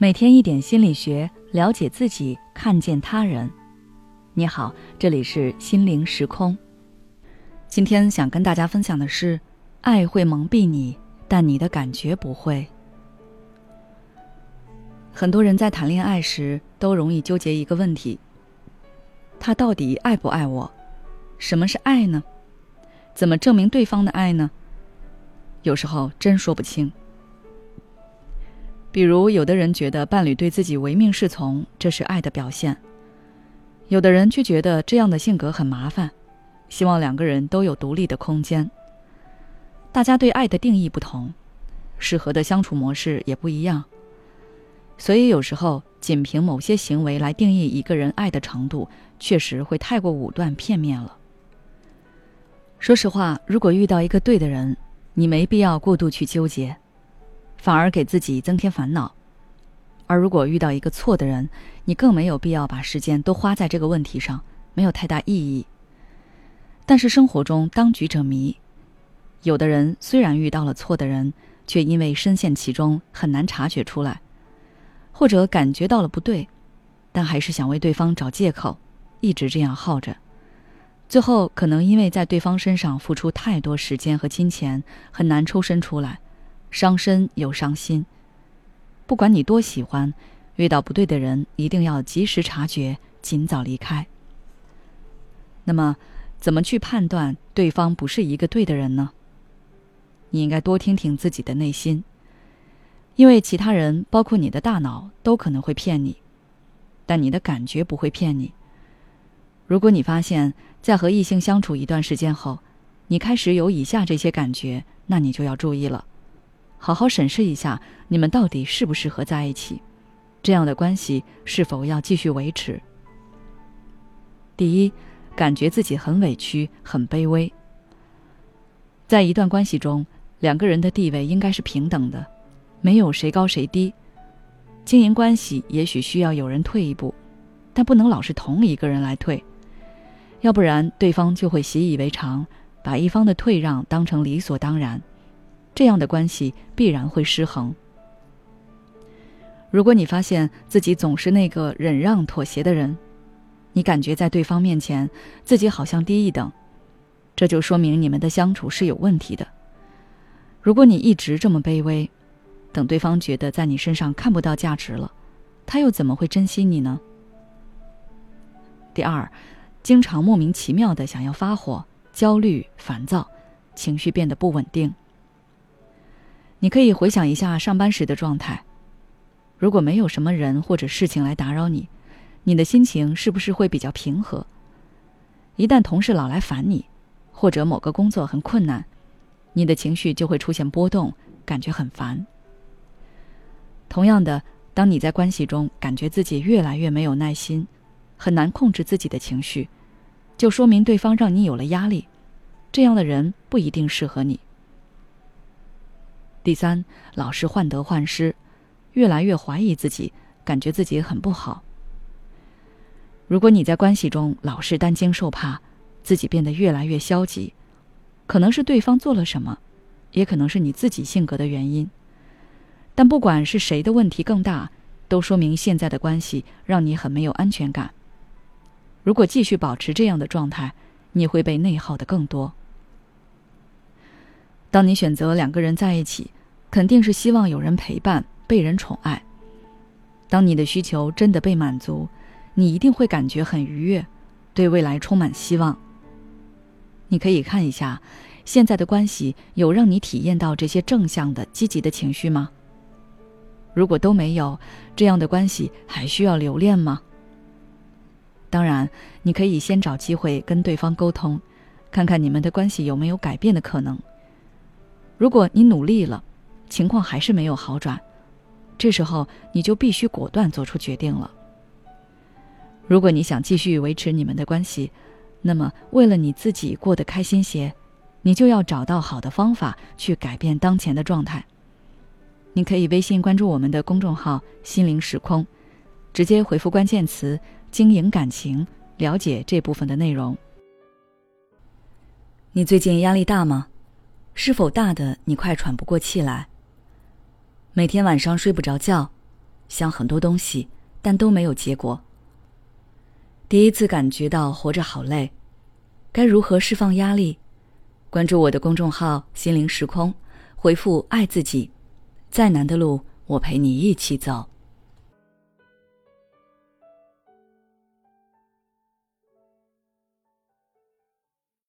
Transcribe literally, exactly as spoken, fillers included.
每天一点心理学，了解自己，看见他人。你好，这里是心灵时空。今天想跟大家分享的是，爱会蒙蔽你，但你的感觉不会。很多人在谈恋爱时都容易纠结一个问题，他到底爱不爱我？什么是爱呢？怎么证明对方的爱呢？有时候真说不清。比如有的人觉得伴侣对自己唯命是从，这是爱的表现；有的人却觉得这样的性格很麻烦，希望两个人都有独立的空间。大家对爱的定义不同，适合的相处模式也不一样，所以有时候仅凭某些行为来定义一个人爱的程度，确实会太过武断片面了。说实话，如果遇到一个对的人，你没必要过度去纠结，反而给自己增添烦恼。而如果遇到一个错的人，你更没有必要把时间都花在这个问题上，没有太大意义。但是生活中当局者迷，有的人虽然遇到了错的人，却因为深陷其中很难察觉出来，或者感觉到了不对，但还是想为对方找借口，一直这样耗着。最后可能因为在对方身上付出太多时间和金钱，很难抽身出来，伤身又伤心。不管你多喜欢，遇到不对的人一定要及时察觉，尽早离开。那么怎么去判断对方不是一个对的人呢？你应该多听听自己的内心，因为其他人包括你的大脑都可能会骗你，但你的感觉不会骗你。如果你发现在和异性相处一段时间后，你开始有以下这些感觉，那你就要注意了，好好审视一下你们到底适不适合在一起，这样的关系是否要继续维持。第一，感觉自己很委屈，很卑微。在一段关系中，两个人的地位应该是平等的，没有谁高谁低。经营关系也许需要有人退一步，但不能老是同一个人来退，要不然对方就会习以为常，把一方的退让当成理所当然，这样的关系必然会失衡。如果你发现自己总是那个忍让妥协的人，你感觉在对方面前自己好像低一等，这就说明你们的相处是有问题的。如果你一直这么卑微，等对方觉得在你身上看不到价值了，他又怎么会珍惜你呢？第二，经常莫名其妙地想要发火，焦虑、烦躁，情绪变得不稳定。你可以回想一下上班时的状态，如果没有什么人或者事情来打扰你，你的心情是不是会比较平和？一旦同事老来烦你，或者某个工作很困难，你的情绪就会出现波动，感觉很烦。同样的，当你在关系中感觉自己越来越没有耐心，很难控制自己的情绪，就说明对方让你有了压力，这样的人不一定适合你。第三，老是患得患失，越来越怀疑自己，感觉自己很不好。如果你在关系中老是担惊受怕，自己变得越来越消极，可能是对方做了什么，也可能是你自己性格的原因。但不管是谁的问题更大，都说明现在的关系让你很没有安全感。如果继续保持这样的状态，你会被内耗得更多。当你选择两个人在一起，肯定是希望有人陪伴，被人宠爱。当你的需求真的被满足，你一定会感觉很愉悦，对未来充满希望。你可以看一下，现在的关系有让你体验到这些正向的、积极的情绪吗？如果都没有，这样的关系还需要留恋吗？当然，你可以先找机会跟对方沟通，看看你们的关系有没有改变的可能。如果你努力了，情况还是没有好转，这时候你就必须果断做出决定了。如果你想继续维持你们的关系，那么为了你自己过得开心些，你就要找到好的方法去改变当前的状态。你可以微信关注我们的公众号心灵时空，直接回复关键词经营感情，了解这部分的内容。你最近压力大吗？是否大的你快喘不过气来？每天晚上睡不着觉， 想很多东西，但都没有结果。第一次感觉到活着好累，该如何释放压力？关注我的公众号心灵时空，回复爱自己，再难的路我陪你一起走。